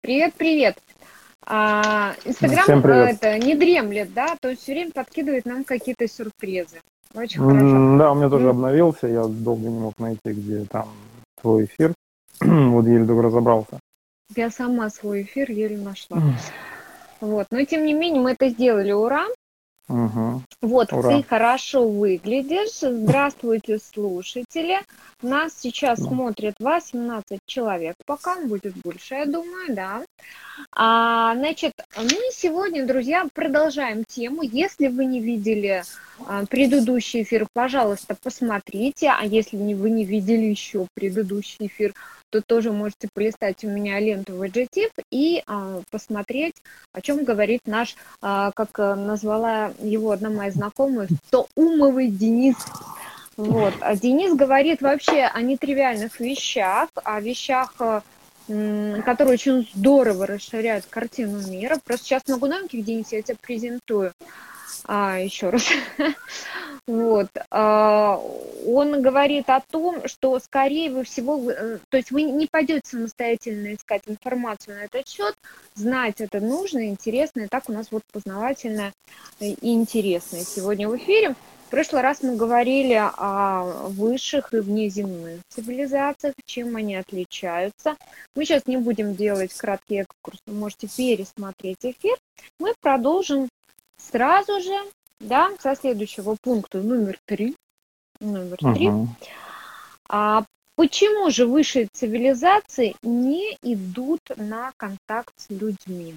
Привет, привет. Инстаграм Всем привет. это не дремлет, да, то есть все время подкидывает нам какие-то сюрпризы. Очень хорошо. Да, у меня тоже Ну, обновился, я долго не мог найти, где там твой эфир. Вот еле только разобрался. я сама свой эфир еле нашла. Вот, но тем не менее мы это сделали, ура. Угу. Вот, Ура. ты хорошо выглядишь. Здравствуйте, слушатели. Нас сейчас Да. смотрит 18 человек, пока будет больше, я думаю, да. Значит, мы сегодня, друзья, продолжаем тему. Если вы не видели предыдущий эфир, пожалуйста, посмотрите. А если вы не видели еще предыдущий эфир, то тоже можете полистать у меня ленту в GTIP и посмотреть, о чем говорит наш, как назвала его одна моя знакомая, стоумовый Денис. Вот. А Денис говорит вообще о нетривиальных вещах, о вещах, которые очень здорово расширяют картину мира. Просто сейчас много новеньких, Денис, я тебя презентую еще раз. Вот. Он говорит о том, что, скорее всего, то есть вы не пойдете самостоятельно искать информацию на этот счет, знать это нужно, интересно, и так у нас вот познавательно и интересно сегодня в эфире. В прошлый раз мы говорили о высших и внеземных цивилизациях, чем они отличаются. Мы сейчас не будем делать краткий экскурс, вы можете пересмотреть эфир. Мы продолжим сразу же, да, со следующего пункта номер 3. Номер 3. Угу. А почему же высшие цивилизации не идут на контакт с людьми?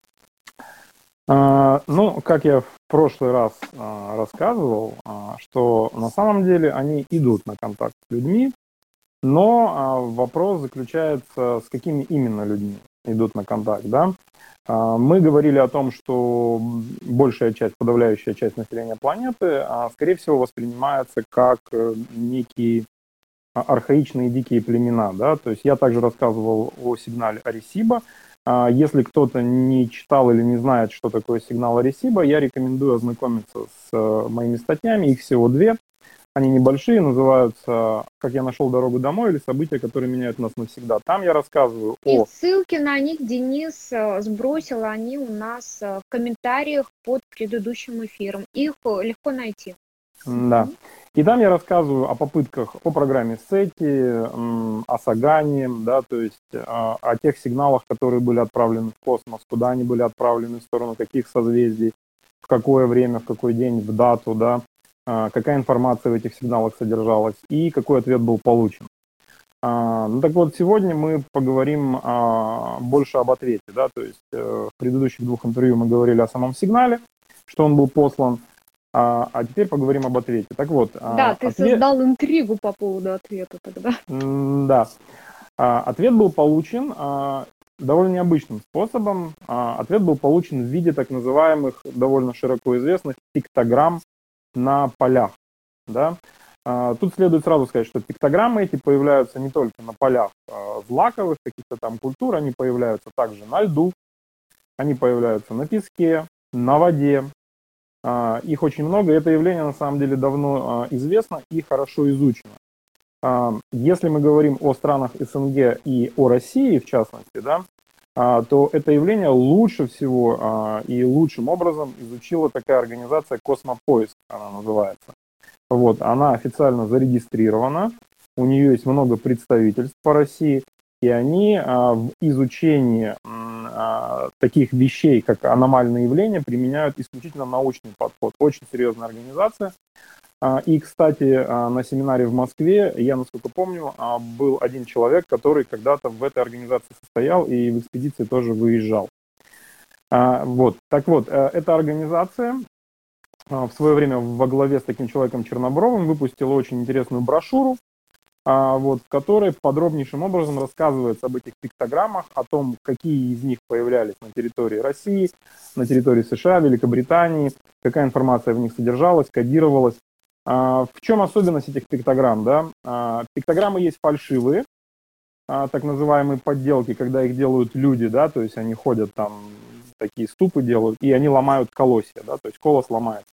Ну, как я в прошлый раз рассказывал, что на самом деле они идут на контакт с людьми, но вопрос заключается, с какими именно людьми идут на контакт, да? Мы говорили о том, что большая часть, подавляющая часть населения планеты, скорее всего, воспринимается как некие архаичные дикие племена, да, то есть я также рассказывал о сигнале Аресиба. Если кто-то не читал или не знает, что такое сигнал Аресиба, я рекомендую ознакомиться с моими статьями, их всего две. Они небольшие, называются «Как я нашел дорогу домой» или «События, которые меняют нас навсегда». Там я рассказываю И о... ссылки на них Денис сбросил, они у нас в комментариях под предыдущим эфиром. Их легко найти. Да. И там я рассказываю о попытках, о программе SETI, о Сагане, да, то есть о тех сигналах, которые были отправлены в космос, куда они были отправлены, в сторону каких созвездий, в какое время, в какой день, в дату, да, какая информация в этих сигналах содержалась и какой ответ был получен. Ну так вот, сегодня мы поговорим больше об ответе, да, то есть в предыдущих двух интервью мы говорили о самом сигнале, что он был послан, а теперь поговорим об ответе. Так вот, Да, ты создал интригу по поводу ответа тогда. Да, ответ был получен довольно необычным способом. Ответ был получен в виде так называемых, довольно широко известных пиктограмм на полях. Да? Тут следует сразу сказать, что пиктограммы эти появляются не только на полях злаковых каких-то там культур, они появляются также на льду, они появляются на песке, на воде. Их очень много, и это явление на самом деле давно известно и хорошо изучено. Если мы говорим о странах СНГ и о России, в частности, да, то это явление лучше всего и лучшим образом изучила такая организация «Космопоиск», она называется. Вот, она официально зарегистрирована, у нее есть много представительств по России, и они в изучении таких вещей, как аномальные явления, применяют исключительно научный подход. Очень серьезная организация. И, кстати, на семинаре в Москве, я, насколько помню, был один человек, который когда-то в этой организации состоял и в экспедиции тоже выезжал. Вот. Так вот, эта организация в свое время во главе с таким человеком Чернобровым выпустила очень интересную брошюру, вот, в которой подробнейшим образом рассказывается об этих пиктограммах, о том, какие из них появлялись на территории России, на территории США, Великобритании, какая информация в них содержалась, кодировалась. В чем особенность этих пиктограмм? Да? Пиктограммы есть фальшивые, так называемые подделки, когда их делают люди, да, то есть они ходят там, такие ступы делают, и они ломают колосья, да, то есть колос ломается.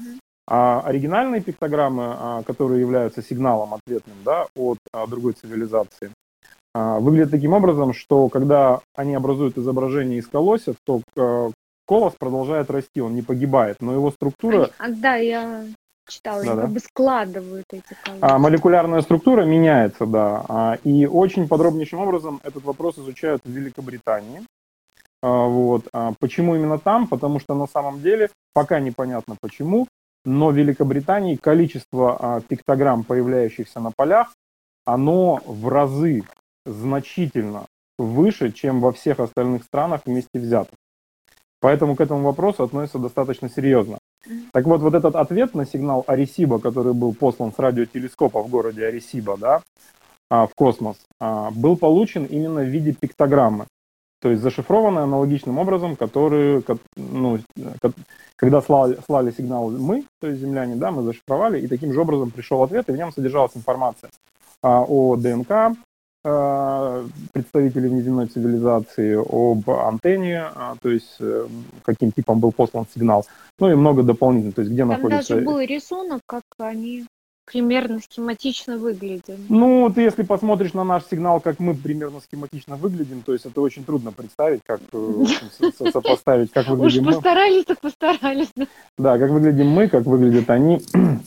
А оригинальные пиктограммы, которые являются сигналом ответным, да, от другой цивилизации, выглядит таким образом, что когда они образуют изображение из колосьев, то колос продолжает расти, он не погибает, но его структура... Да, я читала, они Да-да. как бы складывают эти колосья. Молекулярная структура меняется, да, и очень подробнейшим образом этот вопрос изучают в Великобритании. Вот. Почему именно там? Потому что на самом деле пока непонятно почему, но в Великобритании количество пиктограмм, появляющихся на полях, оно в разы значительно выше, чем во всех остальных странах вместе взятых. Поэтому к этому вопросу относятся достаточно серьезно. Так вот, вот этот ответ на сигнал Аресиба, который был послан с радиотелескопа в городе Аресиба, да, в космос, был получен именно в виде пиктограммы. То есть зашифрованный аналогичным образом, который, ну, когда слали сигнал мы, то есть земляне, да, мы зашифровали, и таким же образом пришел ответ, и в нем содержалась информация о ДНК представителей внеземной цивилизации, об антенне, то есть каким типом был послан сигнал, ну и много дополнительных, то есть где Там находится... даже был рисунок, как они примерно схематично выглядят. Ну, ты если посмотришь на наш сигнал, как мы примерно схематично выглядим, то есть это очень трудно представить, как сопоставить, как выглядим мы. Уж постарались, так постарались. Да, как выглядим мы, как выглядят они.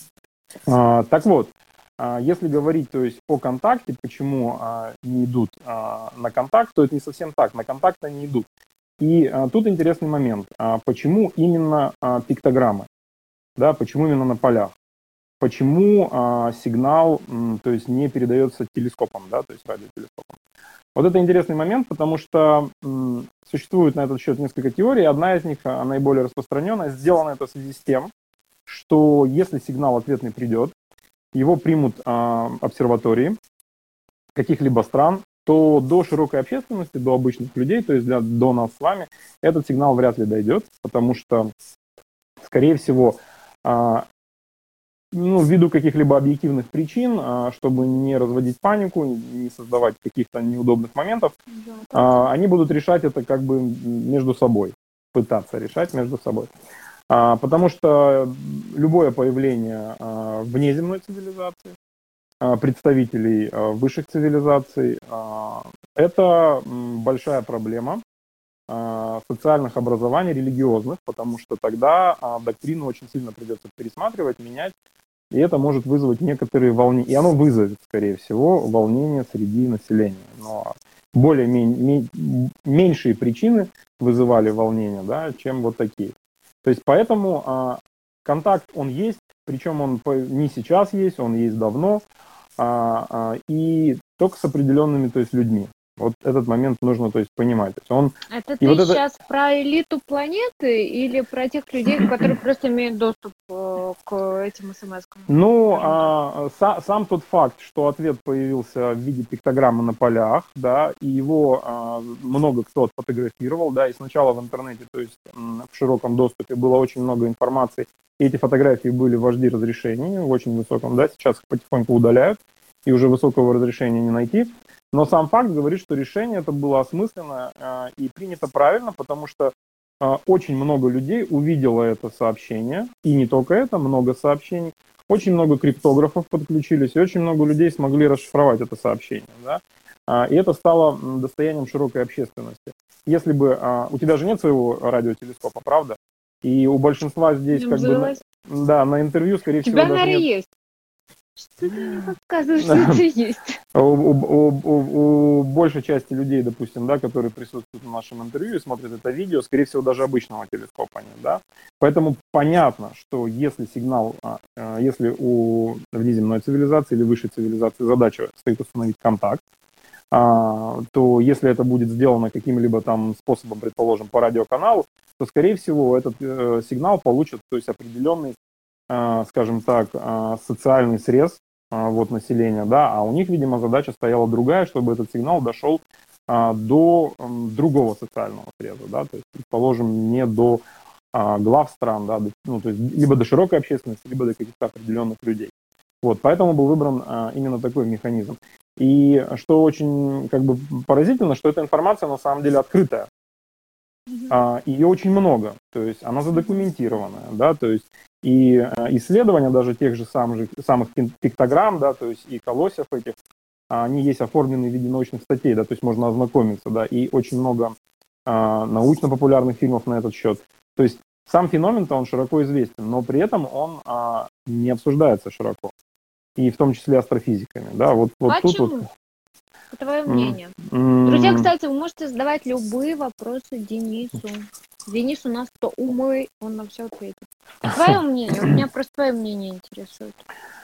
Так вот, если говорить, то есть по контакте, почему не идут на контакт, то это не совсем так, на контакт они идут. И тут интересный момент, почему именно пиктограммы, да, почему именно на полях, почему сигнал, то есть не передается телескопом, да, то есть радиотелескопом. Вот это интересный момент, потому что существует на этот счет несколько теорий, одна из них, наиболее распространенная, сделана это в связи с тем, что если сигнал ответный придет, его примут обсерватории каких-либо стран, то до широкой общественности, до обычных людей, то есть до нас с вами, этот сигнал вряд ли дойдет, потому что, скорее всего, ввиду каких-либо объективных причин, чтобы не разводить панику, не создавать каких-то неудобных моментов, они будут решать это как бы между собой, пытаться решать между собой. Потому что любое появление внеземной цивилизации, представителей высших цивилизаций, это большая проблема социальных образований, религиозных, потому что тогда доктрину очень сильно придется пересматривать, менять, и это может вызвать некоторые волнения, и оно вызовет, скорее всего, волнения среди населения. Но меньшие причины вызывали волнения, да, чем вот такие. То есть поэтому контакт, он есть, причем он не сейчас есть, он есть давно, и только с определенными, то есть, людьми. Вот этот момент нужно, то есть, понимать. То есть он... Это ты вот сейчас про элиту планеты или про тех людей, которые просто имеют доступ к этим смс-кам? Ну, сам тот факт, что ответ появился в виде пиктограммы на полях, да, и его много кто отфотографировал, да, и сначала в интернете, то есть в широком доступе было очень много информации, и эти фотографии были в HD разрешении, в очень высоком, да, сейчас их потихоньку удаляют, и уже высокого разрешения не найти. Но сам факт говорит, что решение это было осмысленно и принято правильно, потому что очень много людей увидело это сообщение, и не только это, много сообщений. Очень много криптографов подключились, и очень много людей смогли расшифровать это сообщение. Да? И это стало достоянием широкой общественности. Если бы... У тебя же нет своего радиотелескопа, правда? И у большинства здесь как бы... Да, на интервью, скорее всего, даже нет... есть. Что ты рассказываешь, что это есть? У большей части людей, допустим, да, которые присутствуют на нашем интервью и смотрят это видео, скорее всего, даже обычного телескопа нет, да. Поэтому понятно, что если сигнал, если у внеземной цивилизации или высшей цивилизации задача стоит установить контакт, то если это будет сделано каким-либо там способом, предположим, по радиоканалу, то, скорее всего, этот сигнал получит, то есть определенный, скажем так, социальный срез вот, населения, да, а у них, видимо, задача стояла другая, чтобы этот сигнал дошел до другого социального среза, да, то есть, предположим, не до глав стран, да, ну, то есть либо до широкой общественности, либо до каких-то определенных людей. Вот, поэтому был выбран именно такой механизм. И что очень как бы поразительно, что эта информация на самом деле открытая. Ее очень много, то есть она задокументированная, да, то есть и исследования даже тех же самых пиктограмм, да, то есть и колосьев этих, они есть оформлены в виде научных статей, да, то есть можно ознакомиться, да, и очень много научно-популярных фильмов на этот счет. То есть сам феномен-то он широко известен, но при этом он не обсуждается широко, и в том числе астрофизиками, да, вот тут вот. Почему? Твое мнение. Друзья, кстати, вы можете задавать любые вопросы Денису. Денис у нас кто умный, он на все ответит. Твое мнение, вот меня просто твое мнение интересует.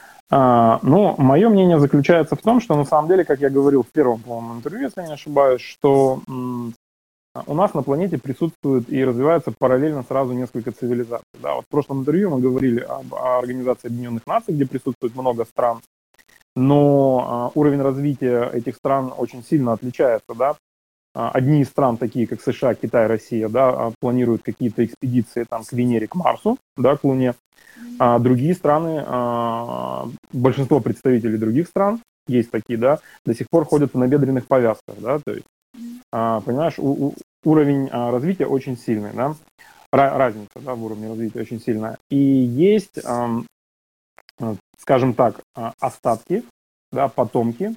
Ну, мое мнение заключается в том, что на самом деле, как я говорил в первом, по-моему, интервью, если я не ошибаюсь, что у нас на планете присутствует и развивается параллельно сразу несколько цивилизаций. Да? Вот в прошлом интервью мы говорили об Организации Объединенных Наций, где присутствует много стран, но уровень развития этих стран очень сильно отличается. Да? Одни из стран, такие как США, Китай, Россия, да, планируют какие-то экспедиции там, к Венере, к Марсу, да, к Луне. А другие страны, большинство представителей других стран, есть такие, да, до сих пор ходят в набедренных повязках, да, то есть, понимаешь, уровень развития очень сильный, да, разница, да, в уровне развития очень сильная. И есть, скажем так, остатки, да, потомки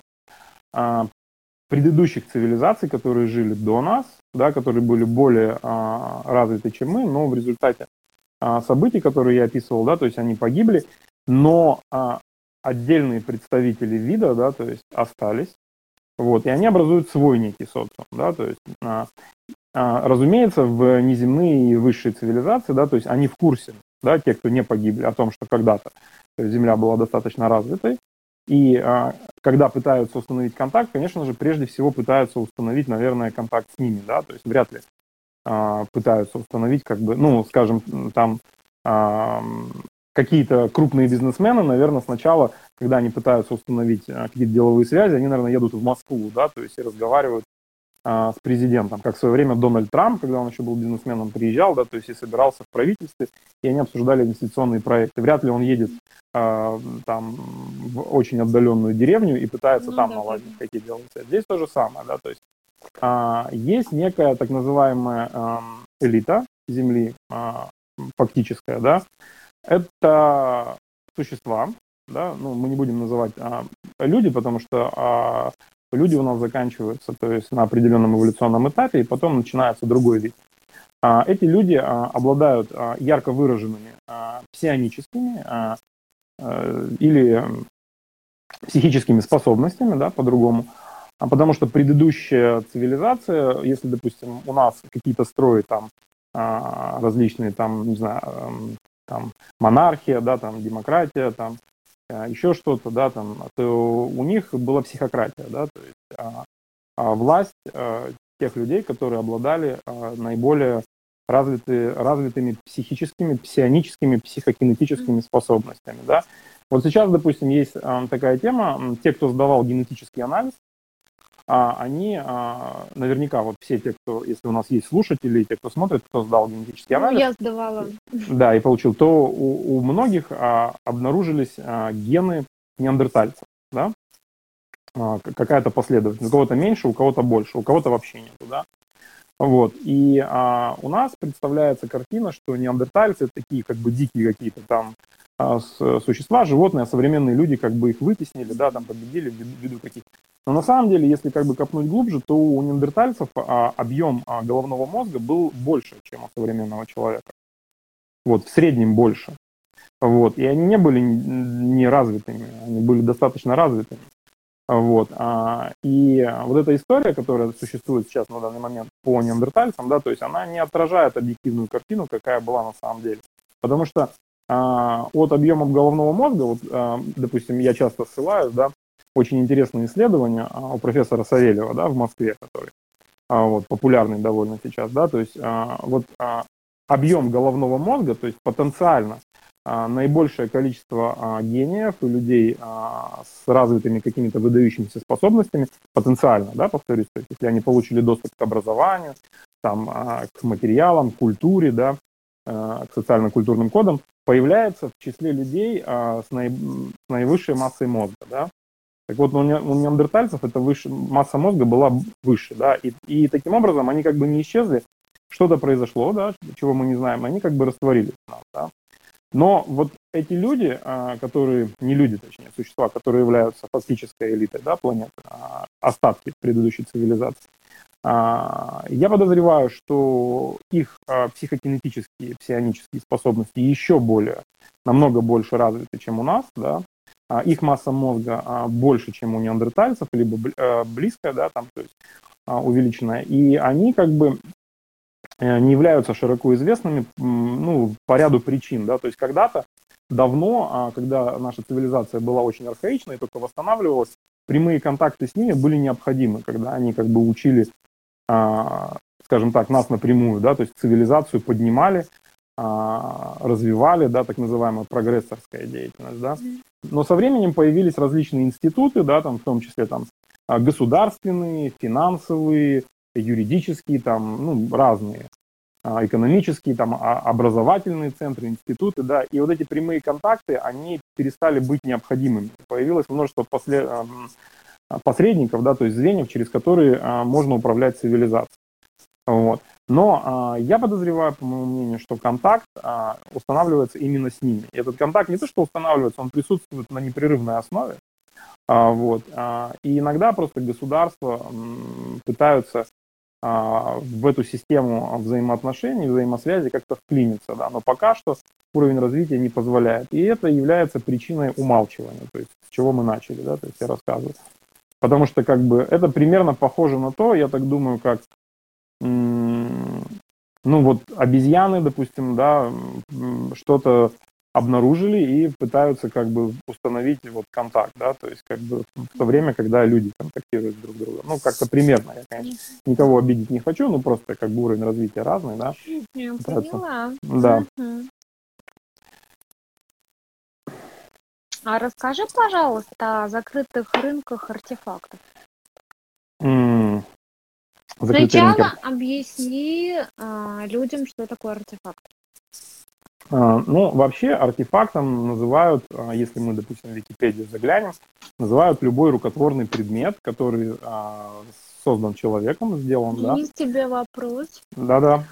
предыдущих цивилизаций, которые жили до нас, да, которые были более развиты, чем мы, но в результате событий, которые я описывал, да, то есть они погибли, но отдельные представители вида, да, то есть остались, вот, и они образуют свой некий социум, да, то есть, разумеется, в неземные и высшие цивилизации, да, то есть они в курсе, да, те, кто не погибли, о том, что когда-то Земля была достаточно развитой, и когда пытаются установить контакт, конечно же, прежде всего пытаются установить, наверное, контакт с ними, да, то есть вряд ли пытаются установить, как бы, ну, скажем, там какие-то крупные бизнесмены, наверное, сначала, когда они пытаются установить какие-то деловые связи, они, наверное, едут в Москву, да, то есть и разговаривают с президентом, как в свое время Дональд Трамп, когда он еще был бизнесменом, приезжал, да, то есть и собирался в правительстве, и они обсуждали инвестиционные проекты. Вряд ли он едет там в очень отдаленную деревню и пытается там наладить какие-то деловые связи. Здесь то же самое, да, то есть есть некая так называемая элита Земли, фактическая, да, это существа, да, ну, мы не будем называть люди, потому что люди у нас заканчиваются, то есть на определенном эволюционном этапе, и потом начинается другой вид. Эти люди обладают ярко выраженными псионическими или психическими способностями, да, по-другому, потому что предыдущая цивилизация, если, допустим, у нас какие-то строи там различные, там, не знаю, там монархия, да, там демократия, там еще что-то, да, там, то у них была психократия, да, то есть власть тех людей, которые обладали наиболее развитыми психическими, псионическими, психокинетическими способностями, да. Вот сейчас, допустим, есть такая тема, те, кто сдавал генетический анализ, они наверняка, вот все те, кто, если у нас есть слушатели, те, кто смотрит, кто сдал генетический анализ. Я сдавала. Да, и получил, то у многих обнаружились гены неандертальцев, да, какая-то последовательность. У кого-то меньше, у кого-то больше, у кого-то вообще нету, да. Вот, и у нас представляется картина, что неандертальцы такие как бы дикие какие-то там существа, животные, а современные люди как бы их вытеснили, да, там победили ввиду каких-то. Но на самом деле, если как бы копнуть глубже, то у неандертальцев объем головного мозга был больше, чем у современного человека. Вот, в среднем больше. Вот, и они не были неразвитыми, они были достаточно развитыми. Вот, и вот эта история, которая существует сейчас на данный момент по неандертальцам, да, то есть она не отражает объективную картину, какая была на самом деле. Потому что от объемов головного мозга, вот, допустим, я часто ссылаюсь, да, очень интересное исследование у профессора Савельева, да, в Москве, который вот, популярный довольно сейчас, да, то есть вот объем головного мозга, то есть потенциально наибольшее количество гениев и людей с развитыми какими-то выдающимися способностями, потенциально, да, повторюсь, то есть, если они получили доступ к образованию, там, к материалам, к культуре, да, к социально-культурным кодам, появляется в числе людей с наивысшей массой мозга, да. Так вот, у неандертальцев эта масса мозга была выше, да, и таким образом они как бы не исчезли, что-то произошло, да, чего мы не знаем, они как бы растворились, да. Но вот эти люди, которые, не люди, точнее, существа, которые являются фактической элитой, да, планеты, остатки предыдущей цивилизации, я подозреваю, что их психокинетические, псионические способности еще более, намного больше развиты, чем у нас, да. Их масса мозга больше, чем у неандертальцев, либо близкая, да, там, то есть увеличенная. И они как бы не являются широко известными, ну, по ряду причин, да. То есть когда-то, давно, когда наша цивилизация была очень архаична и только восстанавливалась, прямые контакты с ними были необходимы, когда они как бы учили, скажем так, нас напрямую, да, то есть цивилизацию поднимали, развивали, да, так называемая прогрессорская деятельность, да. Но со временем появились различные институты, да, там, в том числе там государственные, финансовые, юридические, там, ну, разные, экономические, там, образовательные центры, институты, да, и вот эти прямые контакты, они перестали быть необходимыми. Появилось множество посредников, да, то есть звеньев, через которые можно управлять цивилизацией. Вот. Но я подозреваю, по моему мнению, что контакт устанавливается именно с ними. И этот контакт не то, что устанавливается, он присутствует на непрерывной основе. Вот. И иногда просто государства пытаются в эту систему взаимоотношений, взаимосвязи как-то вклиниться. Да. Но пока что уровень развития не позволяет. И это является причиной умалчивания, то есть с чего мы начали, да, то есть я рассказываю. Потому что как бы это примерно похоже на то, я так думаю, как ну вот обезьяны, допустим, да, что-то обнаружили и пытаются как бы установить вот контакт, да, то есть как бы в то время, когда люди контактируют друг с другом. Ну, как-то примерно, я, конечно, никого обидеть не хочу, но просто как бы уровень развития разный, да. Я Пытаются, поняла. да. А расскажи, пожалуйста, о закрытых рынках артефактов. Закрытый рынок. Сначала объясни людям, что такое артефакт. Ну, вообще артефактом называют, если мы, допустим, в Википедию заглянем, называют любой рукотворный предмет, который создан человеком, сделан, да. Есть тебе вопрос? Да.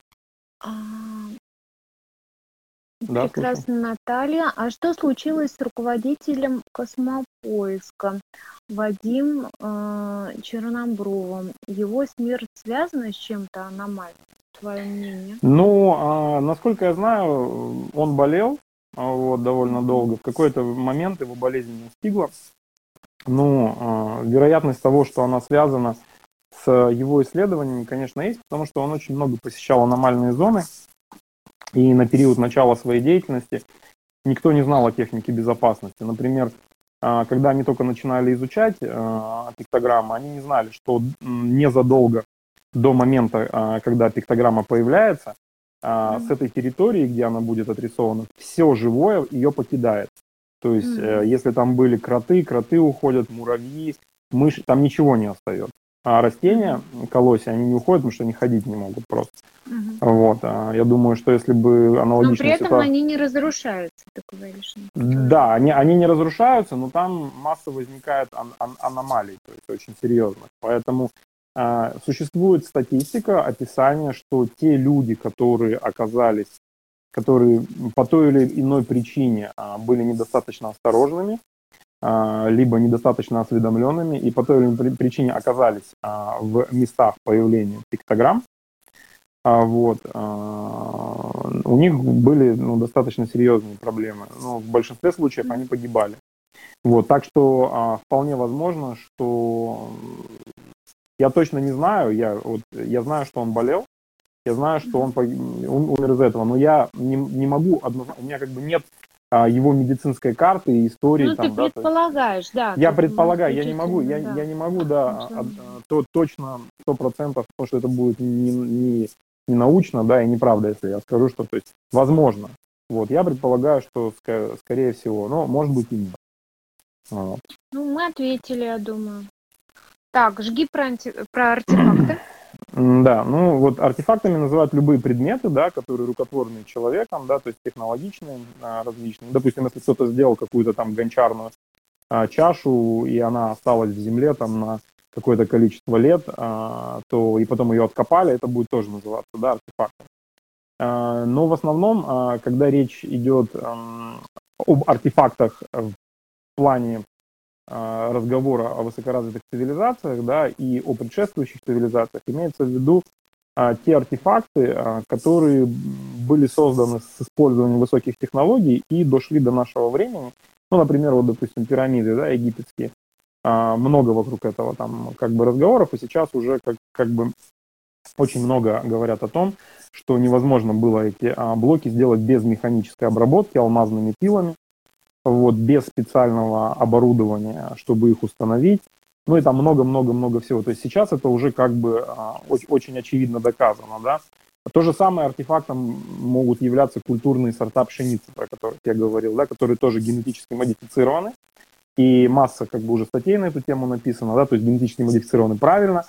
Да, Прекрасно, Наталья. А что случилось с руководителем космопоиска Вадим Чернобровым? Его смерть связана с чем-то аномальным? Твое мнение? Ну, насколько я знаю, он болел вот, довольно долго. В какой-то момент его болезнь настигла. Ну, вероятность того, что она связана с его исследованиями, конечно, есть, потому что он очень много посещал аномальные зоны. И на период начала своей деятельности никто не знал о технике безопасности. Например, когда они только начинали изучать пиктограммы, они не знали, что незадолго до момента, когда пиктограмма появляется, с этой территории, где она будет отрисована, все живое ее покидает. То есть, если там были кроты уходят, муравьи, мыши, там ничего не остается. А растения, колосья, они не уходят, потому что они ходить не могут просто. Вот, я думаю, что если бы аналогичная ситуация... Но при этом ситуация... они не разрушаются, ты говоришь. Да, они не разрушаются, но там масса возникает аномалий, то есть очень серьезных. Поэтому существует статистика, описание, что те люди, которые которые по той или иной причине были недостаточно осторожными, либо недостаточно осведомленными, и по той или иной причине оказались в местах появления пиктограмм, вот, у них были достаточно серьезные проблемы. Но в большинстве случаев они погибали. Вот, так что вполне возможно, что я точно не знаю, я знаю, что он болел, я знаю, что он умер из-за этого, но я не могу, у меня как бы нет его медицинской карты и истории. Ну, там, ты предполагаешь, да. Я предполагаю, я не могу, да, точно 100%, потому что это будет не научно, да, и неправда, если я скажу, что, то есть, возможно. Вот, я предполагаю, что, скорее всего, но может быть и нет. Вот. Ну, мы ответили, я думаю. Так, жги про артефакты. Да, ну вот артефактами называют любые предметы, да, которые рукотворные человеком, да, то есть технологичные, различные. Допустим, если кто-то сделал какую-то там гончарную чашу, и она осталась в земле там на какое-то количество лет, то и потом ее откопали, это будет тоже называться, да, артефактом. Но в основном, когда речь идет об артефактах в плане разговора о высокоразвитых цивилизациях, да, и о предшествующих цивилизациях, имеется в виду те артефакты, которые были созданы с использованием высоких технологий и дошли до нашего времени. Ну, например, вот, допустим, пирамиды, да, египетские. Много вокруг этого там как бы разговоров, и сейчас уже как бы очень много говорят о том, что невозможно было эти блоки сделать без механической обработки алмазными пилами, вот, без специального оборудования, чтобы их установить. Ну и там много-много-много всего. То есть сейчас это уже как бы очень очевидно доказано, да. То же самое артефактом могут являться культурные сорта пшеницы, про которые я говорил, да, которые тоже генетически модифицированы. И масса как бы уже статей на эту тему написано, да, то есть генетически модифицированы правильно.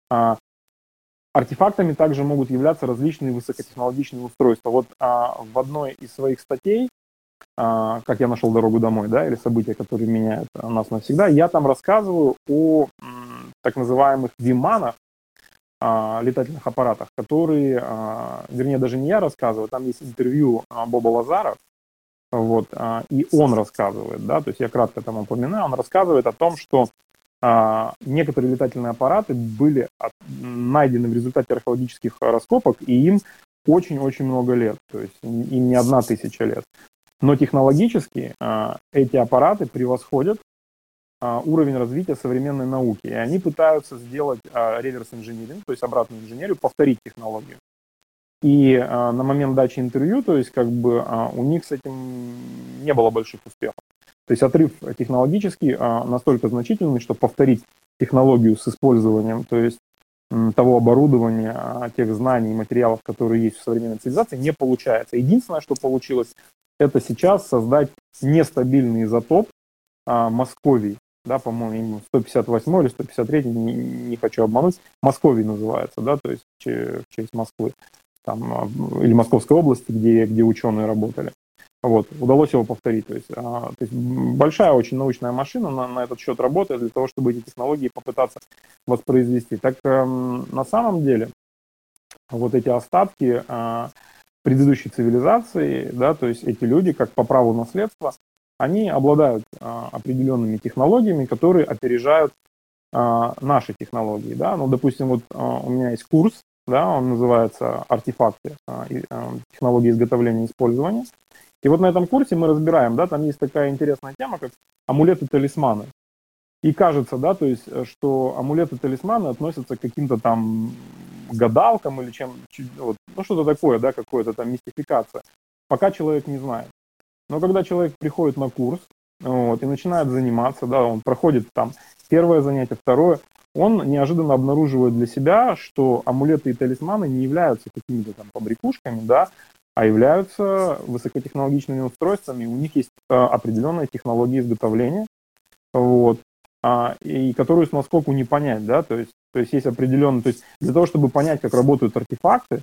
Артефактами также могут являться различные высокотехнологичные устройства. Вот в одной из своих статей, как я нашел дорогу домой, да, или события, которые меняют нас навсегда, я там рассказываю о так называемых виманах, летательных аппаратах, которые, вернее, даже не я рассказываю, там есть интервью Боба Лазара, вот, и он рассказывает, да, то есть я кратко там упоминаю, он рассказывает о том, что некоторые летательные аппараты были найдены в результате археологических раскопок, и им очень-очень много лет, то есть им не 1000 лет. Но технологически эти аппараты превосходят уровень развития современной науки. И они пытаются сделать реверс-инжиниринг, то есть обратную инженерию, повторить технологию. И на момент дачи интервью, то есть как бы у них с этим не было больших успехов. То есть отрыв технологический настолько значительный, что повторить технологию с использованием, то есть того оборудования, тех знаний и материалов, которые есть в современной цивилизации, не получается. Единственное, что получилось, это сейчас создать нестабильный изотоп Московий, да, по-моему, 158 или 153, не хочу обмануть, Московий называется, да, то есть в честь Москвы, там, или Московской области, где ученые работали. Вот, удалось его повторить. То есть большая очень научная машина на этот счет работает для того, чтобы эти технологии попытаться воспроизвести. Так на самом деле вот эти остатки предыдущей цивилизации, да, то есть эти люди, как по праву наследства, они обладают определенными технологиями, которые опережают наши технологии. Да? Ну, допустим, вот у меня есть курс, да, он называется «Артефакты технологии изготовления и использования». И вот на этом курсе мы разбираем, да, там есть такая интересная тема, как амулеты-талисманы. И кажется, да, то есть, что амулеты-талисманы относятся к каким-то там гадалкам или чем, вот, ну что-то такое, да, какое-то там мистификация, пока человек не знает. Но когда человек приходит на курс, вот, и начинает заниматься, да, он проходит там первое занятие, второе, он неожиданно обнаруживает для себя, что амулеты и талисманы не являются какими-то там побрякушками, да, а являются высокотехнологичными устройствами, у них есть определенная технология изготовления, вот, и которую с наскоку не понять, да, то есть определенный, то есть для того, чтобы понять, как работают артефакты,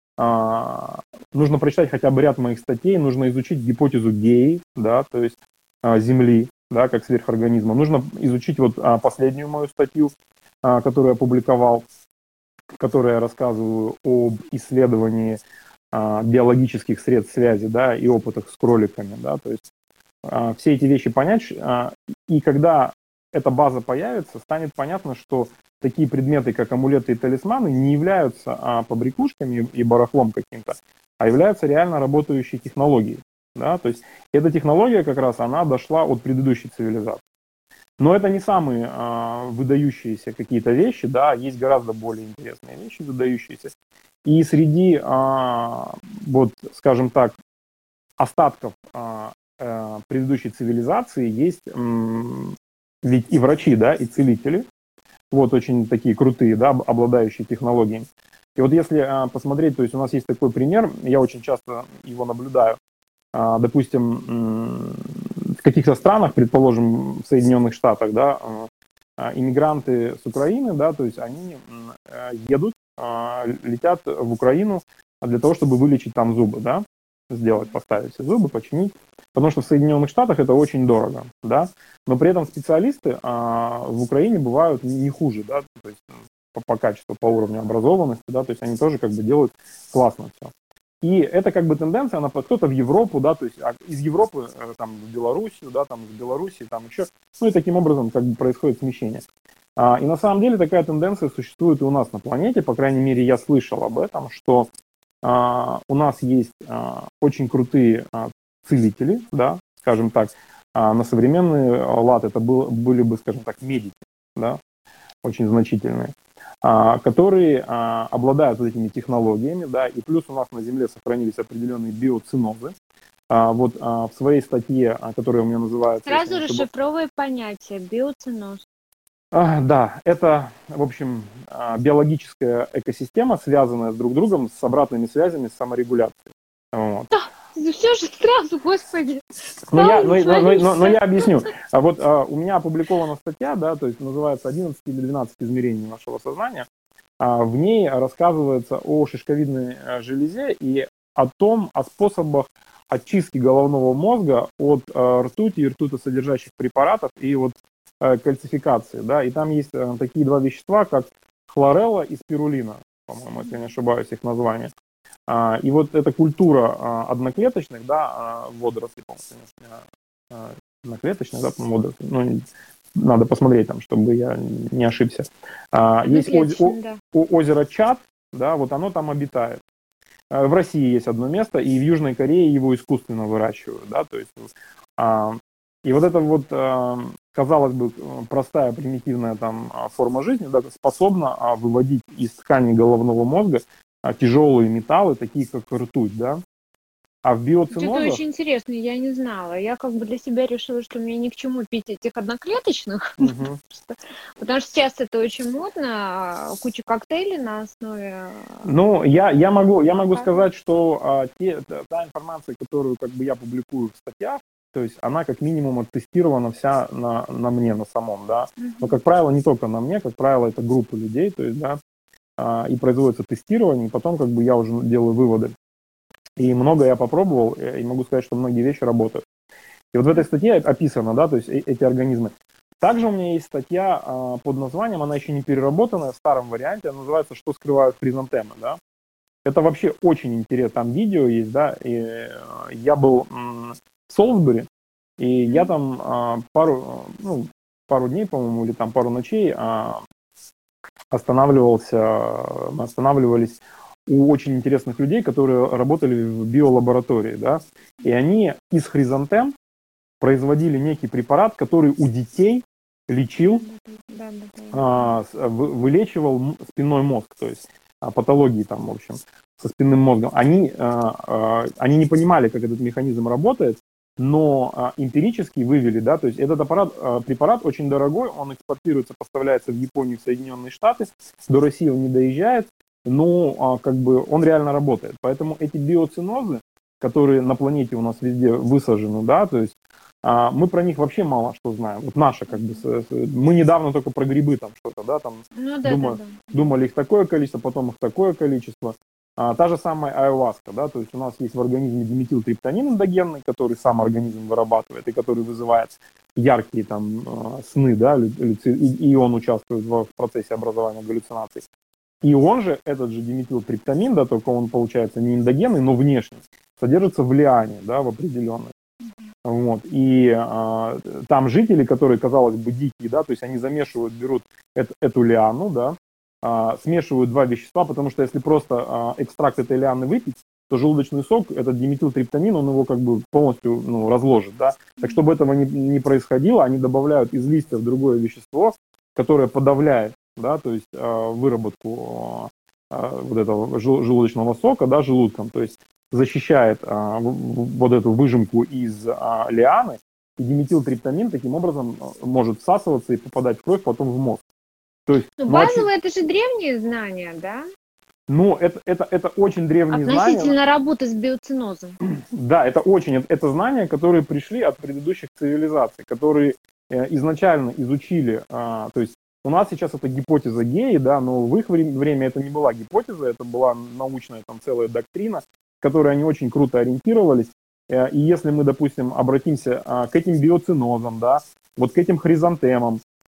нужно прочитать хотя бы ряд моих статей, нужно изучить гипотезу Геи, да, то есть Земли, да, как сверхорганизма. Нужно изучить вот последнюю мою статью, которую я опубликовал, в которой я рассказываю об исследовании биологических средств связи, да, и опытах с кроликами, да, то есть все эти вещи понять, и когда эта база появится, станет понятно, что такие предметы, как амулеты и талисманы, не являются побрякушками и барахлом каким-то, а являются реально работающей технологией. Да? То есть эта технология как раз, она дошла от предыдущей цивилизации. Но это не самые выдающиеся какие-то вещи, да, есть гораздо более интересные вещи, выдающиеся. И среди, вот, скажем так, остатков предыдущей цивилизации есть ведь и врачи, да, и целители, вот очень такие крутые, да, обладающие технологиями. И вот если посмотреть, то есть у нас есть такой пример, я очень часто его наблюдаю, допустим, в каких-то странах, предположим, в Соединенных Штатах, да, иммигранты с Украины, да, то есть они едут, летят в Украину для того, чтобы вылечить там зубы, да, сделать, поставить все зубы, починить, потому что в Соединенных Штатах это очень дорого, да, но при этом специалисты в Украине бывают не хуже, да, то есть по качеству, по уровню образованности, да, то есть они тоже как бы делают классно все. И это как бы тенденция, она кто-то в Европу, да, то есть из Европы там в Белоруссию, да, там из Белоруссии, там еще, ну и таким образом как бы происходит смещение. И на самом деле такая тенденция существует и у нас на планете, по крайней мере я слышал об этом, что у нас есть очень крутые целители, да, скажем так, на современный лад это были бы, скажем так, медики, да, очень значительные, которые обладают вот этими технологиями, да, и плюс у нас на Земле сохранились определенные биоцинозы. Вот в своей статье, которая у меня называется... Сразу расшифровывай понятие биоциноз. Да, это, в общем, биологическая экосистема, связанная с друг другом, с обратными связями, с саморегуляцией. Вот. Все же сразу, господи. Но я объясню. Вот у меня опубликована статья, да, то есть называется «11 или 12 измерений нашего сознания». В ней рассказывается о шишковидной железе и о способах очистки головного мозга от ртути и ртутосодержащих препаратов и вот кальцификации, да, и там есть такие два вещества, как хлорелла и спирулина, по-моему, если не ошибаюсь, их название. И вот эта культура одноклеточных, да, водорослей, по-моему, одноклеточных, да, водорослей, ну, надо посмотреть там, чтобы я не ошибся. Есть озеро Чад, да, вот оно там обитает. В России есть одно место, и в Южной Корее его искусственно выращивают, да, то есть, и вот эта вот, казалось бы, простая, примитивная там форма жизни, да, способна выводить из ткани головного мозга тяжелые металлы, такие как ртуть, да. А в биоцинозах... Это очень интересно, я не знала. Я как бы для себя решила, что мне ни к чему пить этих одноклеточных, потому что сейчас это очень модно, куча коктейлей на основе... Ну, я могу сказать, что та информация, которую как бы я публикую в статьях, то есть она как минимум оттестирована вся на мне, на самом, да. Но, как правило, не только на мне, как правило, это группа людей, то есть, да, и производится тестирование, и потом как бы я уже делаю выводы. И много я попробовал, и могу сказать, что многие вещи работают. И вот в этой статье описано, да, то есть эти организмы. Также у меня есть статья под названием, она еще не переработанная, в старом варианте, она называется «Что скрывают хризантемы», да. Это вообще очень интересно, там видео есть, да, и я был в Солсбери, и я там пару дней, по-моему, или там пару ночей мы останавливались у очень интересных людей, которые работали в биолаборатории, да, и они из хризантем производили некий препарат, который у детей лечил, вылечивал спинной мозг, то есть патологии там, в общем, со спинным мозгом. Они не понимали, как этот механизм работает, но эмпирически вывели, да, то есть этот препарат очень дорогой, он экспортируется, поставляется в Японию, в Соединенные Штаты, до России он не доезжает, но как бы он реально работает. Поэтому эти биоцинозы, которые на планете у нас везде высажены, да, то есть мы про них вообще мало что знаем. Вот наша, как бы, мы недавно только про грибы там что-то, да, там думали их такое количество, потом их такое количество. Та же самая айваска, да, то есть у нас есть в организме диметилтриптамин эндогенный, который сам организм вырабатывает и который вызывает яркие там сны, да, и он участвует в процессе образования галлюцинаций. И он же, этот же диметилтриптамин, да, только он получается не эндогенный, но внешний, содержится в лиане, да, в определенной. Вот. И там жители, которые, казалось бы, дикие, да, то есть они берут эту лиану, да, смешивают два вещества, потому что если просто экстракт этой лианы выпить, то желудочный сок, этот диметилтриптамин, он его как бы полностью разложит, да. Так, чтобы этого не происходило, они добавляют из листьев другое вещество, которое подавляет, да, то есть выработку вот этого желудочного сока, да, желудком, то есть защищает вот эту выжимку из лианы, и диметилтриптамин таким образом может всасываться и попадать в кровь, потом в мозг. То есть, базовые это же древние знания, да? Ну, это очень древние знания. Относительно работы с биоцинозом. Да, это знания, которые пришли от предыдущих цивилизаций, которые изначально изучили, то есть у нас сейчас это гипотеза Геи, да, но в их время это не была гипотеза, это была научная там целая доктрина, в которой они очень круто ориентировались. И если мы, допустим, обратимся к этим биоцинозам, да, вот к этим хризантемам,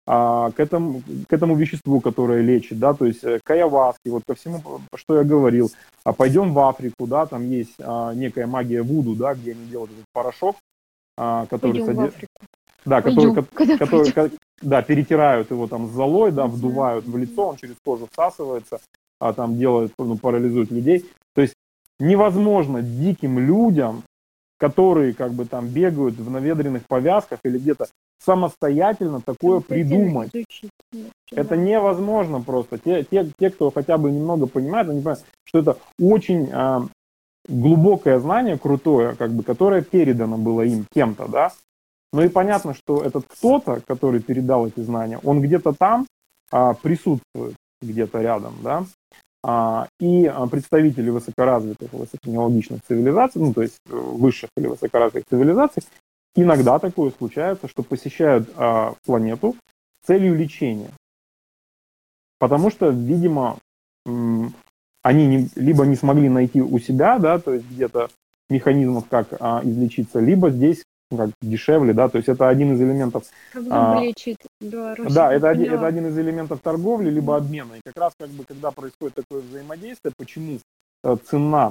к этому веществу, которое лечит, да, то есть к айаваске, вот ко всему, что я говорил. Пойдем в Африку, да, там есть некая магия Вуду, да, где они делают этот порошок, который Пойдем в Африку. да, Пойдем. Когда пойдем? да, перетирают его там с золой, да, Мгм. вдувают в лицо, он через кожу всасывается, там делают, ну, парализуют людей. То есть невозможно диким людям, которые как бы там бегают в наведренных повязках или где-то, самостоятельно такое Самостоятельно придумать. изучить. Это Да. невозможно просто. Те, кто хотя бы немного понимает, они понимают, что это очень глубокое знание, крутое, как бы, которое передано было им кем-то, да. Ну и понятно, что этот кто-то, который передал эти знания, он где-то там присутствует, где-то рядом, да. И представители высокоразвитых, высокотехнологичных цивилизаций, ну то есть высших или высокоразвитых цивилизаций, иногда такое случается, что посещают планету с целью лечения. Потому что, видимо, они либо не смогли найти у себя, да, то есть где-то механизмов, как излечиться, либо здесь, ну, как дешевле, да, то есть это один из элементов. Как зубы лечить в Беларуси, Да, я это поняла. один из элементов торговли, либо обмена. И как раз, как бы, когда происходит такое взаимодействие, почему цена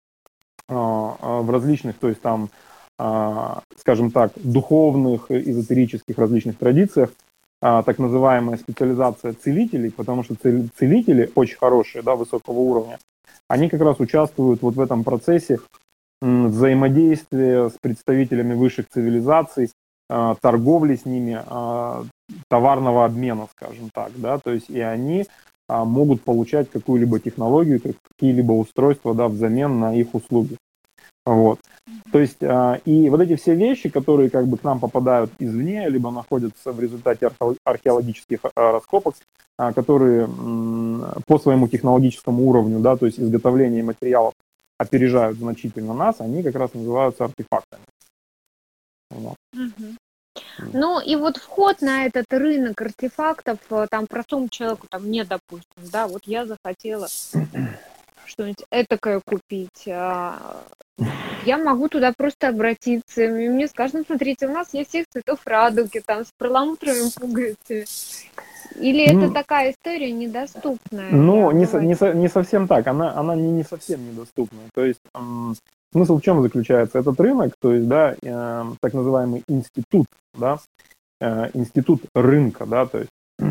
в различных, то есть там, скажем так, духовных, эзотерических различных традициях, так называемая специализация целителей, потому что целители очень хорошие, да, высокого уровня, они как раз участвуют вот в этом процессе взаимодействия с представителями высших цивилизаций, торговли с ними, товарного обмена, скажем так, да, то есть и они могут получать какую-либо технологию, какие-либо устройства, да, взамен на их услуги. Вот. То есть и вот эти все вещи, которые как бы к нам попадают извне, либо находятся в результате археологических раскопок, которые по своему технологическому уровню, да, то есть изготовление материалов опережают значительно нас, они как раз называются артефактами. Вот. Мгм. Ну и вот вход на этот рынок артефактов, там простому человеку, там мне, допустим, да, вот я захотела что-нибудь этакое купить, я могу туда просто обратиться, и мне скажут: ну, смотрите, у нас есть всех цветов радуги, там, с перламутровыми пуговицами. Или это Ну, такая история недоступная для ну, обывателя? не совсем так, она не совсем недоступна. То есть смысл в чем заключается? Этот рынок, то есть, да, так называемый институт, да, институт рынка, да, то есть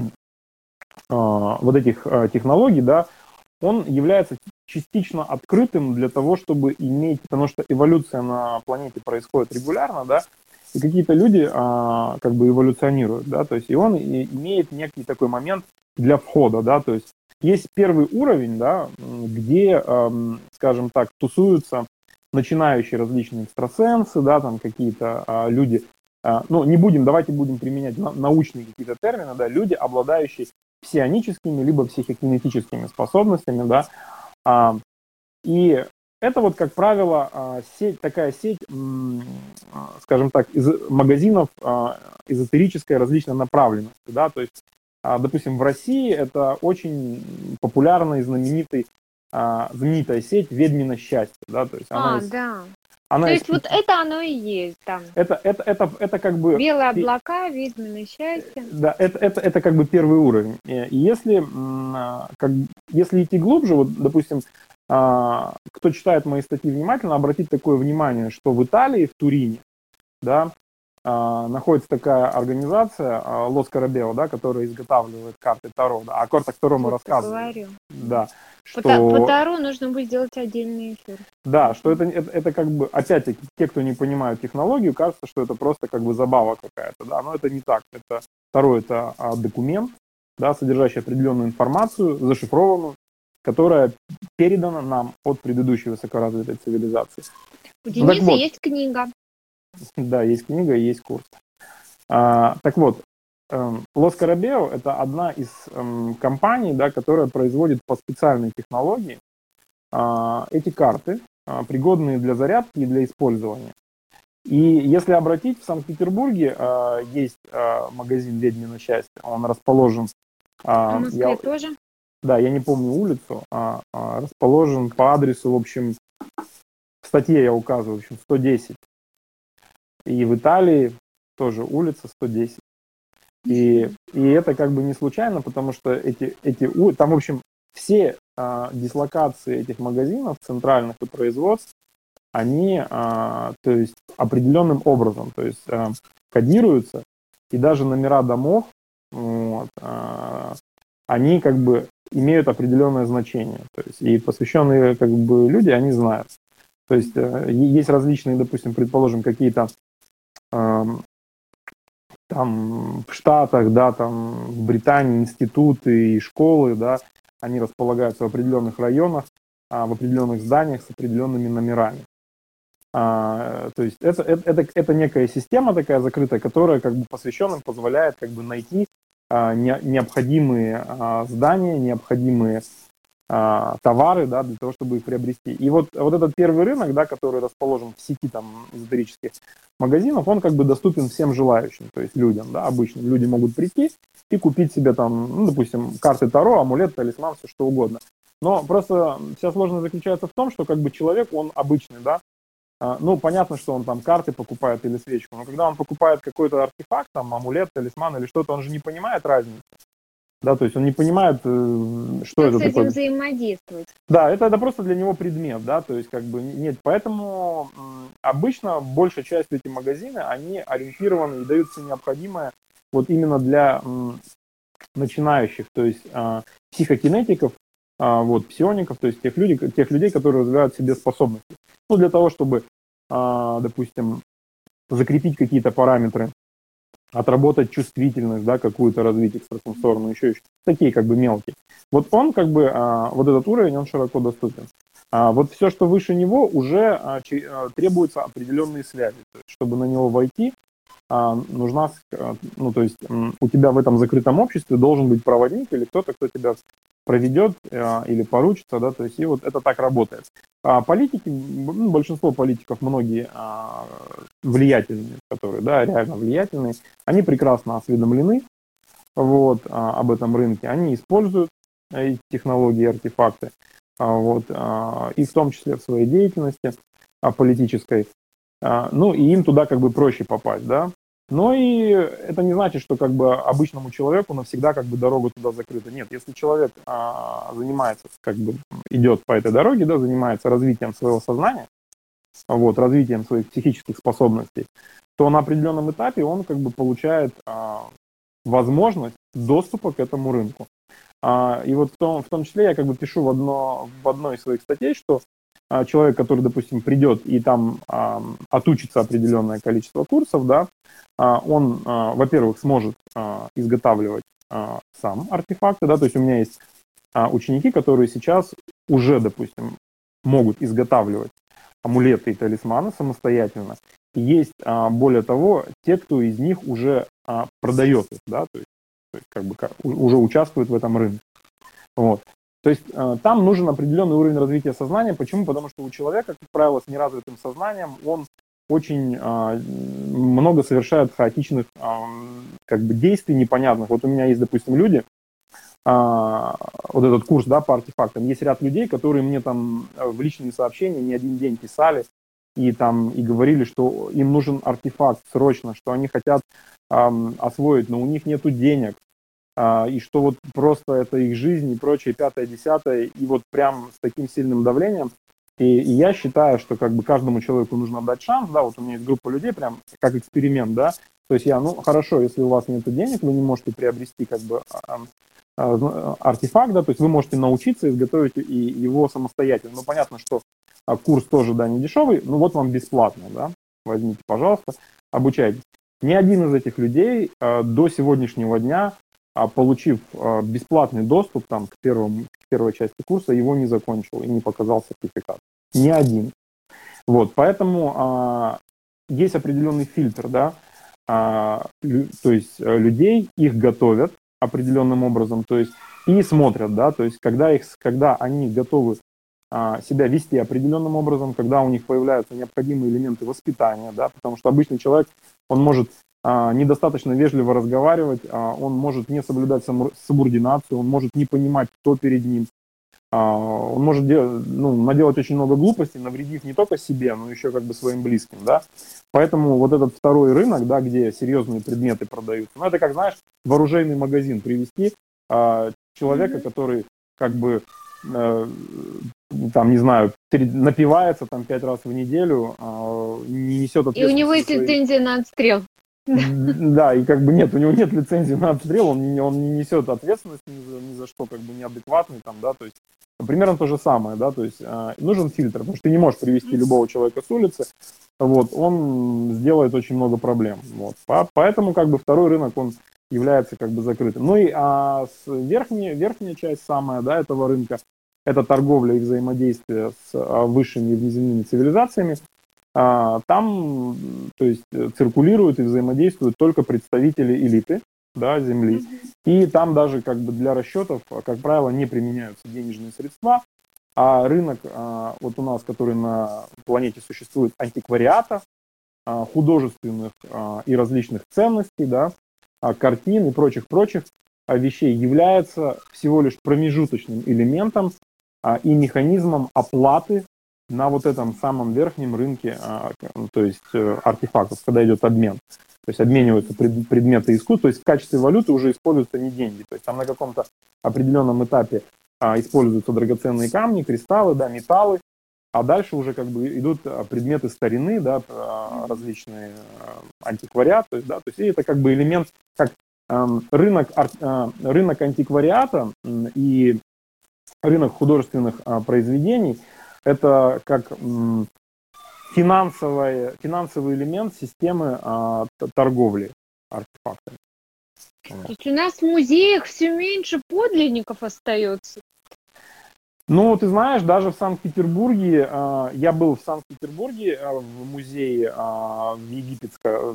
вот этих технологий, да, он является частично открытым для того, чтобы иметь, потому что эволюция на планете происходит регулярно, да, и какие-то люди как бы эволюционируют, да, то есть и он имеет некий такой момент для входа, да, то есть есть первый уровень, да, где, скажем так, тусуются начинающие различные экстрасенсы, да, там какие-то люди, ну, не будем, давайте будем применять научные какие-то термины, да, люди, обладающие псионическими либо психокинетическими способностями, да, и это вот, как правило, такая сеть, скажем так, из магазинов эзотерической различной направленности, да, то есть, допустим, в России это очень популярная и знаменитая сеть «Ведьмино счастье», да, то есть Да. То она есть есть, вот это оно и есть там. это как бы Белые облака, ведьмино счастье. да, это как бы первый уровень. И если, если идти глубже, вот, допустим, кто читает мои статьи внимательно, обратит такое внимание, что в Италии, в Турине, да, находится такая организация Лос Карабео, да, которая изготавливает карты Таро. Да. О картах Таро мы Вот ты рассказывали. говорил. Да, По что, Таро нужно будет сделать отдельный эфир. да, что это как бы, опять-таки, те, кто не понимают технологию, кажется, что это просто как бы забава какая-то, да, но это не так. Таро это документ, да, содержащий определенную информацию, зашифрованную, которая передана нам от предыдущей высокоразвитой цивилизации. У Ну, так Дениса вот, есть книга. да, есть книга и есть курс. Так вот, Лос Карабео – это одна из компаний, да, которая производит по специальной технологии эти карты, пригодные для зарядки и для использования. И если обратить, в Санкт-Петербурге есть магазин «Ведьмино счастье», он расположен, В Москве тоже. да, я не помню улицу, расположен по адресу, в общем, в статье я указываю, в общем, 110. И в Италии тоже улица 110. И это как бы не случайно, потому что там, в общем, все дислокации этих магазинов центральных и производств, они, то есть, определенным образом, то есть, кодируются, и даже номера домов, вот, они как бы имеют определенное значение. То есть, и посвященные как бы люди, они знают. То есть, есть различные, допустим, предположим, какие-то там в Штатах, да, там в Британии институты и школы, да, они располагаются в определенных районах, в определенных зданиях с определенными номерами. То есть это некая система такая закрытая, которая как бы посвященным позволяет как бы найти необходимые здания, необходимые товары, да, для того, чтобы их приобрести. И вот этот первый рынок, да, который расположен в сети там эзотерических магазинов, он как бы доступен всем желающим, то есть людям, да, обычным. Люди могут прийти и купить себе там, ну, допустим, карты Таро, амулет, талисман, все что угодно. Но просто вся сложность заключается в том, что как бы человек, он обычный, да, ну, понятно, что он там карты покупает или свечку, но когда он покупает какой-то артефакт, там, амулет, талисман или что-то, он же не понимает разницы. Да, то есть он не понимает, что это Как с этим такое. взаимодействовать? Да, это просто для него предмет, да, то есть как бы нет. Поэтому обычно большая часть этих магазинов, они ориентированы и дают все необходимое вот именно для начинающих, то есть психокинетиков, вот, псиоников, то есть тех людей, которые развивают в себе способности. Ну, для того, чтобы, допустим, закрепить какие-то параметры, отработать чувствительность, да, какую-то развить экстрасенсорную, еще такие как бы мелкие. Вот он как бы, вот этот уровень, он широко доступен. Вот все, что выше него, уже требуются определенные связи. То есть, чтобы на него войти, нужна, ну, то есть у тебя в этом закрытом обществе должен быть проводник или кто-то, кто тебя проведет или поручится, да, то есть и вот это так работает. Политики, ну, большинство политиков, многие влиятельные, которые, да, реально влиятельные, они прекрасно осведомлены вот, об этом рынке, они используют эти технологии, артефакты, вот, и в том числе в своей деятельности политической, ну, и им туда как бы проще попасть, да. Но и это не значит, что как бы обычному человеку навсегда как бы дорога туда закрыта. Нет, если человек занимается, как бы идет по этой дороге, да, занимается развитием своего сознания, вот, развитием своих психических способностей, то на определенном этапе он как бы получает возможность доступа к этому рынку. И вот в том числе я как бы пишу в одной из своих статей, что человек, который, допустим, придет и там отучится определенное количество курсов, да, он, во-первых, сможет изготавливать сам артефакты, да, то есть у меня есть ученики, которые сейчас уже, допустим, могут изготавливать амулеты и талисманы самостоятельно. Есть, более того, те, кто из них уже продает их, да, то есть как бы уже участвует в этом рынке. Вот. То есть там нужен определенный уровень развития сознания. Почему? Потому что у человека, как правило, с неразвитым сознанием, он очень много совершает хаотичных как бы действий непонятных. Вот у меня есть, допустим, люди, вот этот курс, да, по артефактам, есть ряд людей, которые мне там в личные сообщения не один день писали и там и говорили, что им нужен артефакт срочно, что они хотят освоить, но у них нету денег, и что вот просто это их жизнь и прочее, пятое, десятое, и вот прям с таким сильным давлением. И я считаю, что как бы каждому человеку нужно дать шанс, да, вот у меня есть группа людей, прям как эксперимент, да, то есть ну хорошо, если у вас нет денег, вы не можете приобрести как бы артефакт, да, то есть вы можете научиться изготовить и его самостоятельно. Ну, понятно, что курс тоже, да, не дешевый, но вот вам бесплатно, да, возьмите, пожалуйста, обучайтесь. Ни один из этих людей до сегодняшнего дня, получив бесплатный доступ там, к первой части курса, его не закончил и не показал сертификат. Ни один. Вот, поэтому есть определенный фильтр, да, то есть людей, их готовят определенным образом, то есть и смотрят, да, то есть когда они готовы себя вести определенным образом, когда у них появляются необходимые элементы воспитания, да, потому что обычный человек, он может недостаточно вежливо разговаривать, он может не соблюдать субординацию, он может не понимать, кто перед ним, он может наделать очень много глупостей, навредив не только себе, но еще как бы своим близким, да. Поэтому вот этот второй рынок, да, где серьезные предметы продаются, это как, знаешь, в оружейный магазин привести человека, который как бы там, не знаю, напивается там 5 раз в неделю, не несет ответственности. И у него есть лицензия на отстрел. Да, и как бы нет, у него нет лицензии на отстрел, он не несет ответственности ни за что, как бы неадекватный там, да, то есть примерно то же самое, да, то есть нужен фильтр, потому что ты не можешь привести любого человека с улицы, вот, он сделает очень много проблем, вот, поэтому как бы второй рынок, он является как бы закрытым. Ну и верхняя часть самая, да, этого рынка, это торговля и взаимодействие с высшими и внеземными цивилизациями. Там, то есть, циркулируют и взаимодействуют только представители элиты, да, Земли. И там даже как бы для расчетов, как правило, не применяются денежные средства. А рынок, вот у нас, который на планете существует, антиквариата, художественных и различных ценностей, да, картин и прочих вещей, является всего лишь промежуточным элементом и механизмом оплаты на вот этом самом верхнем рынке, то есть артефактов, когда идет обмен. То есть обмениваются предметы искусства, то есть в качестве валюты уже используются не деньги. То есть там на каком-то определенном этапе используются драгоценные камни, кристаллы, да, металлы, а дальше уже как бы идут предметы старины, да, различные антиквариат, то есть, да, то есть это как бы элемент, как рынок антиквариата и рынок художественных произведений, это как финансовый элемент системы торговли артефактами. То есть у нас в музеях все меньше подлинников остается. Ну, ты знаешь, даже в Санкт-Петербурге, я был в Санкт-Петербурге в музее в египетском,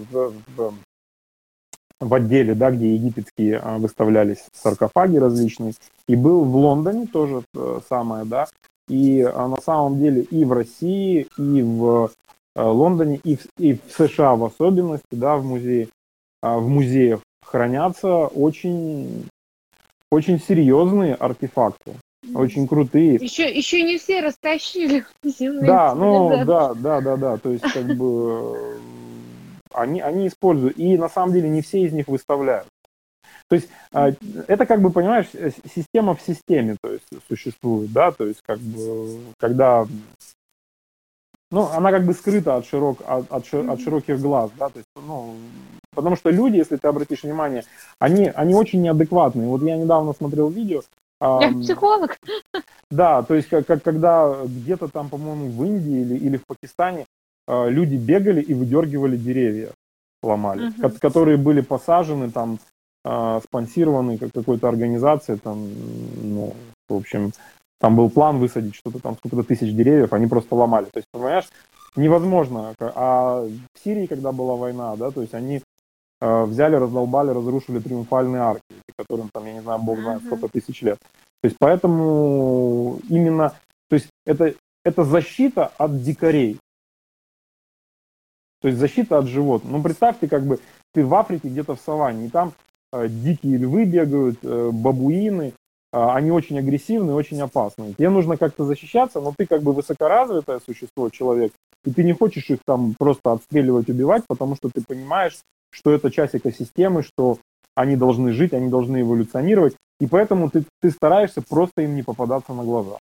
в отделе, да, где египетские выставлялись саркофаги различные, и был в Лондоне тоже самое, да, и на самом деле и в России, и в Лондоне, и в США в особенности, да, в музеях хранятся очень серьезные артефакты, очень крутые. Еще не все растащили земные Да, ну, цивилизации. да, то есть как бы они используют, и на самом деле не все из них выставляют. То есть это как бы, понимаешь, система в системе, то есть существует, да, то есть как бы, когда, ну, она как бы скрыта от широких глаз, да, то есть, ну, потому что люди, если ты обратишь внимание, они очень неадекватные. Вот я недавно смотрел видео. Я психолог. Да, то есть когда где-то там, по-моему, в Индии или в Пакистане люди бегали и выдергивали деревья, ломали, которые были посажены там, спонсированы какой-то организацией, там, ну, в общем, там был план высадить что-то там, сколько-то тысяч деревьев, они просто ломали. То есть, понимаешь, невозможно. А в Сирии, когда была война, да, то есть они взяли, раздолбали, разрушили триумфальные арки, которым там, я не знаю, бог знает, сколько тысяч лет. То есть поэтому именно, то есть это защита от дикарей. То есть защита от животных. Ну, представь, ты как бы, ты в Африке где-то в саванне, и там дикие львы бегают, бабуины, они очень агрессивны, очень опасны. Тебе нужно как-то защищаться, но ты как бы высокоразвитое существо, человек, и ты не хочешь их там просто отстреливать, убивать, потому что ты понимаешь, что это часть экосистемы, что они должны жить, они должны эволюционировать, и поэтому ты стараешься просто им не попадаться на глаза.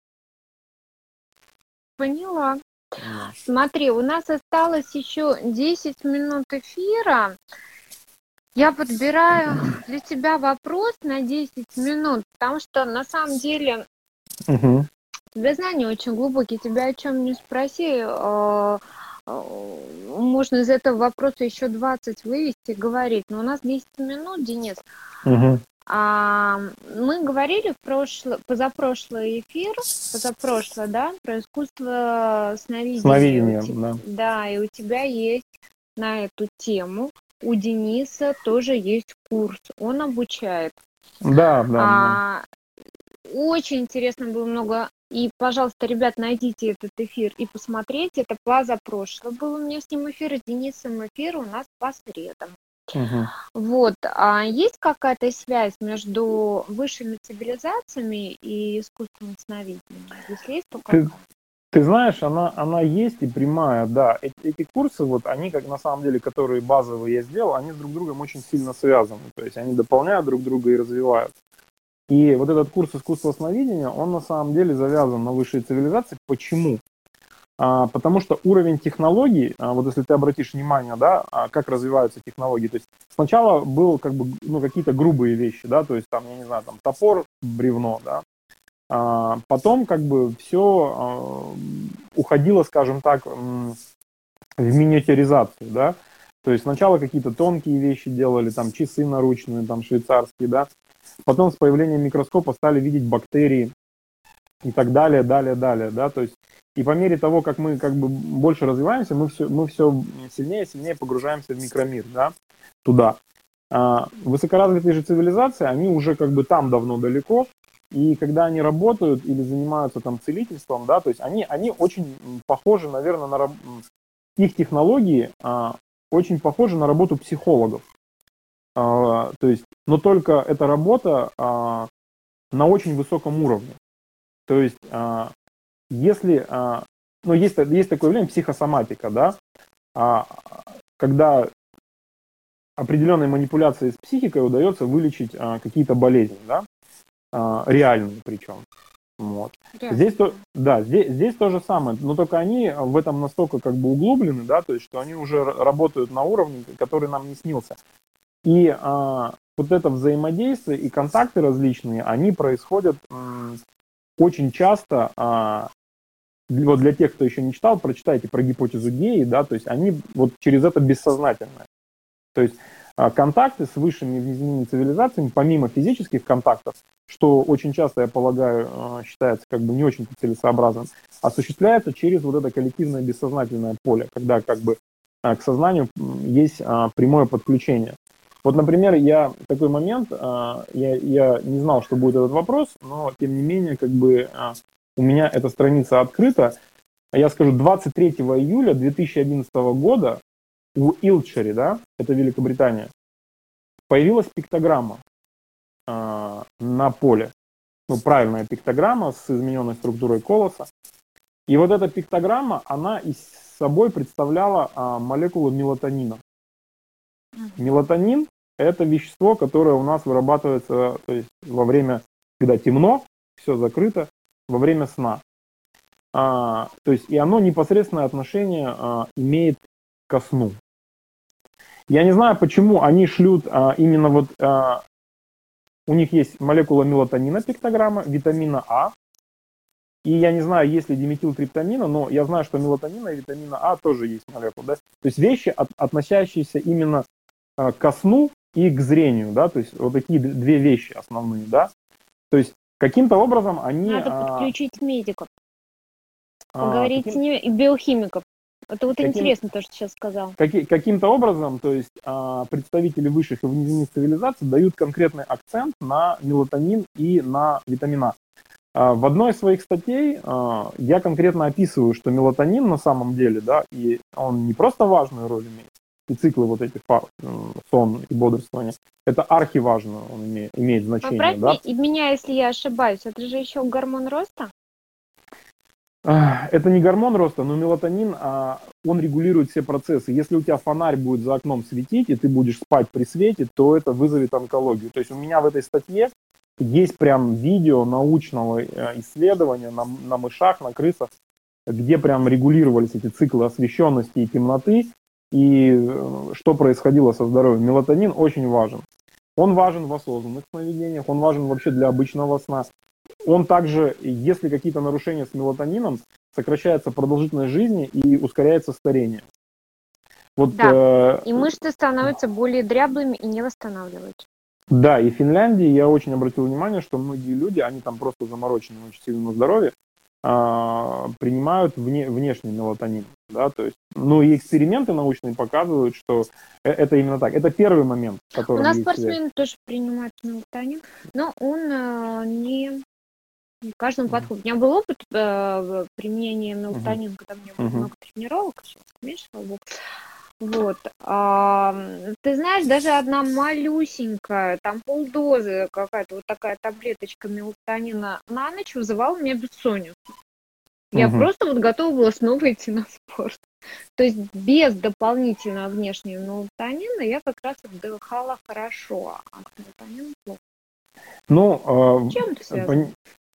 Поняла. Смотри, у нас осталось еще 10 минут эфира. Я подбираю для тебя вопрос на 10 минут, потому что на самом деле у тебя знания очень глубокие, тебя о чем не спроси, можно из этого вопроса еще 20 вывести, говорить, но у нас 10 минут, Денис. Мы говорили в позапрошлый эфир, да, про искусство сновидения. Да, и у тебя есть на эту тему. У Дениса тоже есть курс, он обучает. Да. Очень интересно было много. И, пожалуйста, ребят, найдите этот эфир и посмотрите. Это позапрошлый был у меня с ним эфир, с Денисом эфир у нас по средам. Мгм. Вот, а есть какая-то связь между высшими цивилизациями и искусственным сновидением? Если есть, то Ты, какая? ты знаешь, она есть и прямая, да. Эти курсы, вот они, как на самом деле, которые базовые я сделал, они с друг другом очень сильно связаны. То есть они дополняют друг друга и развивают. И вот этот курс искусства сновидения, он на самом деле завязан на высшие цивилизации. Почему? Потому что уровень технологий, вот если ты обратишь внимание, да, как развиваются технологии, то есть сначала был как бы, ну, какие-то грубые вещи, да, то есть там, я не знаю, там топор, бревно, да, потом как бы все уходило, скажем так, в миниатюризацию, да, то есть сначала какие-то тонкие вещи делали, там часы наручные, там швейцарские, да, потом с появлением микроскопа стали видеть бактерии, и так далее, далее, далее, да, то есть и по мере того, как мы как бы больше развиваемся, мы все сильнее и сильнее погружаемся в микромир, да, туда. Высокоразвитые же цивилизации, они уже как бы там давно далеко, и когда они работают или занимаются там целительством, да, то есть они очень похожи, наверное, их технологии очень похожи на работу психологов. То есть, но только эта работа на очень высоком уровне. То есть, если, ну, есть такое явление психосоматика, да, а, когда определенной манипуляцией с психикой удается вылечить какие-то болезни, да, реальные причем. Вот. Реально, да. Да, здесь то же самое, но только они в этом настолько как бы углублены, да, то есть что они уже работают на уровне, который нам не снился. И вот это взаимодействие и контакты различные, они происходят очень часто. Вот для тех, кто еще не читал, прочитайте про гипотезу Геи, да, то есть они вот через это бессознательное. То есть контакты с высшими внеземными цивилизациями, помимо физических контактов, что очень часто, я полагаю, считается как бы не очень целесообразным, осуществляется через вот это коллективное бессознательное поле, когда как бы к сознанию есть прямое подключение. Вот, например, я такой момент, я не знал, что будет этот вопрос, но тем не менее, как бы у меня эта страница открыта. Я скажу, 23 июля 2011 года у Илчери, да, это Великобритания, появилась пиктограмма на поле. Ну, правильная пиктограмма с измененной структурой колоса. И вот эта пиктограмма, она из собой представляла молекулу мелатонина. Мелатонин – это вещество, которое у нас вырабатывается, то есть во время, когда темно, все закрыто, во время сна. То есть и оно непосредственное отношение имеет ко сну. Я не знаю, почему они шлют именно вот у них есть молекула мелатонина, пиктограмма, витамина А, и я не знаю, есть ли диметилтриптамина, но я знаю, что мелатонина и витамина А тоже есть молекула, да? То есть вещи, относящиеся именно ко сну и к зрению, да, то есть вот такие две вещи основные, да. То есть каким-то образом они Надо подключить медиков, поговорить с каким, ними и биохимиков. Это вот каким, интересно, то, что сейчас сказал. каким-то образом, то есть представители высших и внеземных цивилизаций дают конкретный акцент на мелатонин и на витамин А. В одной из своих статей я конкретно описываю, что мелатонин на самом деле, да, и он не просто важную роль имеет, и циклы вот этих сон и бодрствование, это архиважную он имеет значение, Поправь да. меня, если я ошибаюсь. Это же еще гормон роста? Это не гормон роста, но мелатонин, он регулирует все процессы. Если у тебя фонарь будет за окном светить, и ты будешь спать при свете, то это вызовет онкологию. То есть у меня в этой статье есть прям видео научного исследования на мышах, на крысах, где прям регулировались эти циклы освещенности и темноты, и что происходило со здоровьем. Мелатонин очень важен. Он важен в осознанных сновидениях, он важен вообще для обычного сна. Он также, если какие-то нарушения с мелатонином, сокращается продолжительность жизни и ускоряется старение. Вот, Да. И мышцы становятся более дряблыми и не восстанавливаются. да, и в Финляндии я очень обратил внимание, что многие люди, они там просто заморочены очень сильно на здоровье, принимают внешний мелатонин, да, то есть, ну и эксперименты научные показывают, что это именно так. Это первый момент, в У котором нас есть связь. спортсмены тоже принимают мелатонин, но он не каждому подходит. У меня был опыт применения Мгм. мелатонина, когда у меня было Мгм. много тренировок, сейчас меньше, слава богу. Вот. Ты знаешь, даже одна малюсенькая, там полдозы какая-то вот такая таблеточка мелатонина на ночь вызывала у меня бессонницу. Я Мгм. просто вот готова была снова идти на спорт. То есть без дополнительного внешнего мелатонина я как раз отдыхала хорошо, а с мелатонином плохо. Ну, Чем это э, связано? пон-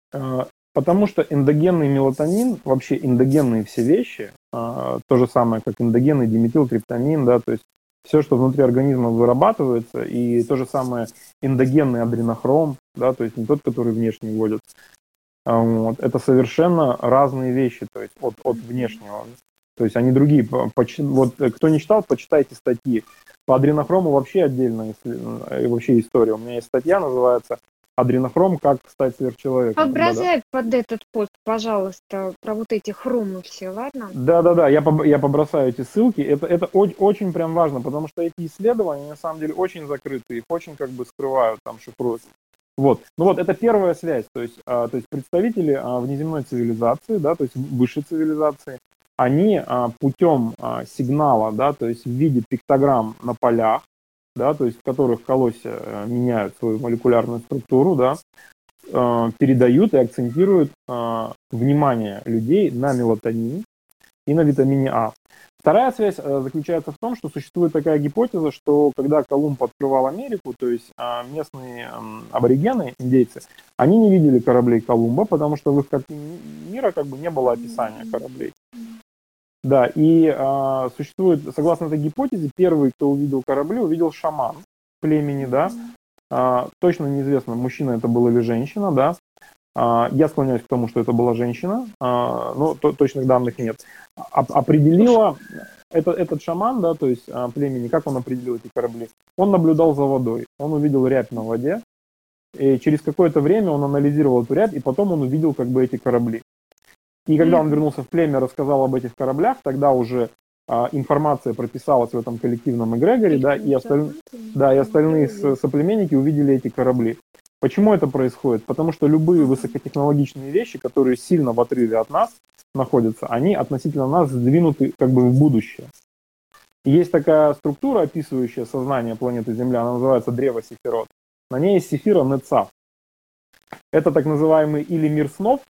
потому что эндогенный мелатонин, вообще эндогенные все вещи, то же самое, как эндогенный диметилтриптамин, да, то есть все, что внутри организма вырабатывается, и то же самое эндогенный адренохром, да, то есть не тот, который внешне вводится, вот, это совершенно разные вещи, то есть от внешнего. То есть они другие. Вот кто не читал, почитайте статьи. По адренохрому вообще отдельная вообще история. У меня есть статья, называется «Адренохром. Как стать сверхчеловеком». Как бы, да. Образай под этот пост, пожалуйста, про вот эти хромы все, ладно? Да, я побросаю эти ссылки. Это очень прям важно, потому что эти исследования на самом деле очень закрыты, их очень как бы скрывают, там шифруют. Вот. Ну вот, это первая связь, то есть представители внеземной цивилизации, да, то есть высшей цивилизации, они путем сигнала, да, то есть в виде пиктограмм на полях, да, то есть в которых колосья меняют свою молекулярную структуру, да, передают и акцентируют внимание людей на мелатонин и на витамине А. Вторая связь заключается в том, что существует такая гипотеза, что когда Колумб открывал Америку, то есть местные аборигены, индейцы, они не видели кораблей Колумба, потому что в их картине мира как бы не было описания кораблей. Да, и существует, согласно этой гипотезе, первый, кто увидел корабли, увидел шаман племени, да. Точно неизвестно, мужчина это был или женщина, да. Я склоняюсь к тому, что это была женщина, но точных данных нет. Определила этот шаман, да, то есть племени, как он определил эти корабли? Он наблюдал за водой, он увидел рябь на воде, и через какое-то время он анализировал эту рябь, и потом он увидел как бы эти корабли. И когда он вернулся в племя, рассказал об этих кораблях, тогда уже информация прописалась в этом коллективном эгрегоре, да, и остальные соплеменники увидели эти корабли. Почему это происходит? Потому что любые высокотехнологичные вещи, которые сильно в отрыве от нас находятся, они относительно нас сдвинуты как бы в будущее. И есть такая структура, описывающая сознание планеты Земля, она называется древо Сефирот. На ней есть Сефира Нецав. Это так называемый или мир снов,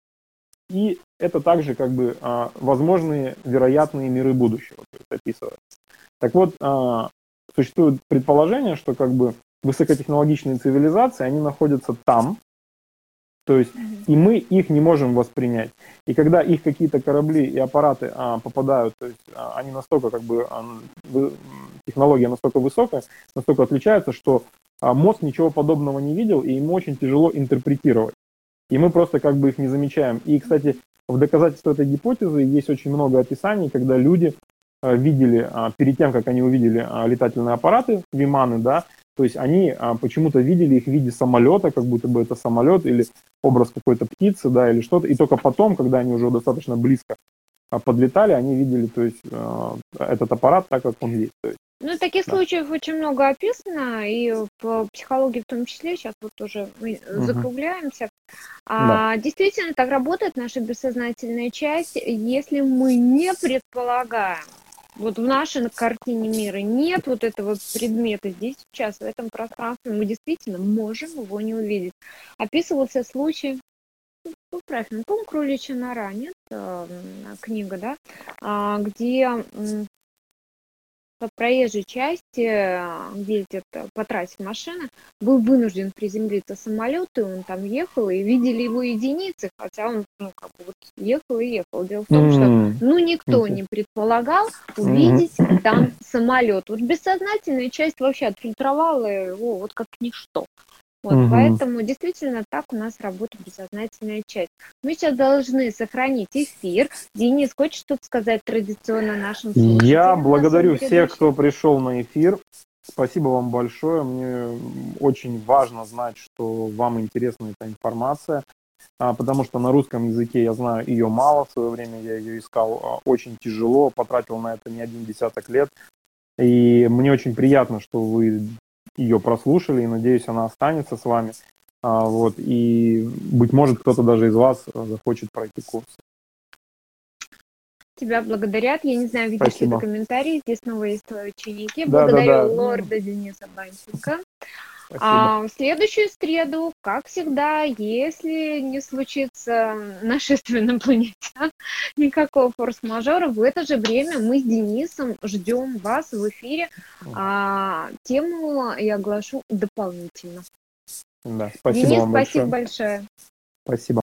и это также как бы возможные вероятные миры будущего, то есть описывают. Так вот, существует предположение, что как бы высокотехнологичные цивилизации, они находятся там, то есть и мы их не можем воспринять. И когда их какие-то корабли и аппараты попадают, то есть они настолько как бы, технология настолько высокая, настолько отличается, что мозг ничего подобного не видел, и ему очень тяжело интерпретировать. И мы просто как бы их не замечаем. И, кстати, в доказательство этой гипотезы есть очень много описаний, когда люди видели, перед тем, как они увидели летательные аппараты, виманы, да, то есть они почему-то видели их в виде самолета, как будто бы это самолет или образ какой-то птицы, да, или что-то. И только потом, когда они уже достаточно близко подлетали, они видели, то есть этот аппарат так, как он есть. То есть, Ну, таких да. случаев очень много описано, и в психологии в том числе, сейчас вот уже мы закругляемся. Да. Действительно, так работает наша бессознательная часть, если мы не предполагаем, вот в нашей картине мира нет вот этого предмета здесь, сейчас, в этом пространстве, мы действительно можем его не увидеть. Описывался случай, ну, правильно, по-моему, «Кроличья нора», нет, книга, да, где по проезжей части, где идет по трассе машина, был вынужден приземлиться самолет, и он там ехал, и видели его единицы, хотя он, ну, как бы вот ехал и ехал. Дело в том, что, ну, никто не предполагал увидеть там самолет. Вот бессознательная часть вообще отфильтровала его вот как ничто. Вот, поэтому действительно так у нас работает бессознательная часть. Мы сейчас должны сохранить эфир. Денис, хочешь что-то сказать традиционно нашим слушателям? Я благодарю всех, кто пришел на эфир. Спасибо вам большое. Мне очень важно знать, что вам интересна эта информация, потому что на русском языке я знаю ее мало. В свое время я ее искал очень тяжело, потратил на это не один десяток лет. И мне очень приятно, что вы ее прослушали, и надеюсь, она останется с вами. Вот, и, быть может, кто-то даже из вас захочет пройти курс. Тебя благодарят. Я не знаю, видишь ли ты Спасибо. комментарии. Здесь снова есть твои ученики. Да, да, Благодарю да. лорда Дениса Банченко. Спасибо. В следующую среду, как всегда, если не случится нашествие инопланетян, никакого форс-мажора, в это же время мы с Денисом ждем вас в эфире. Тему я оглашу дополнительно. Да, спасибо Денис, вам спасибо большое. большое. Спасибо.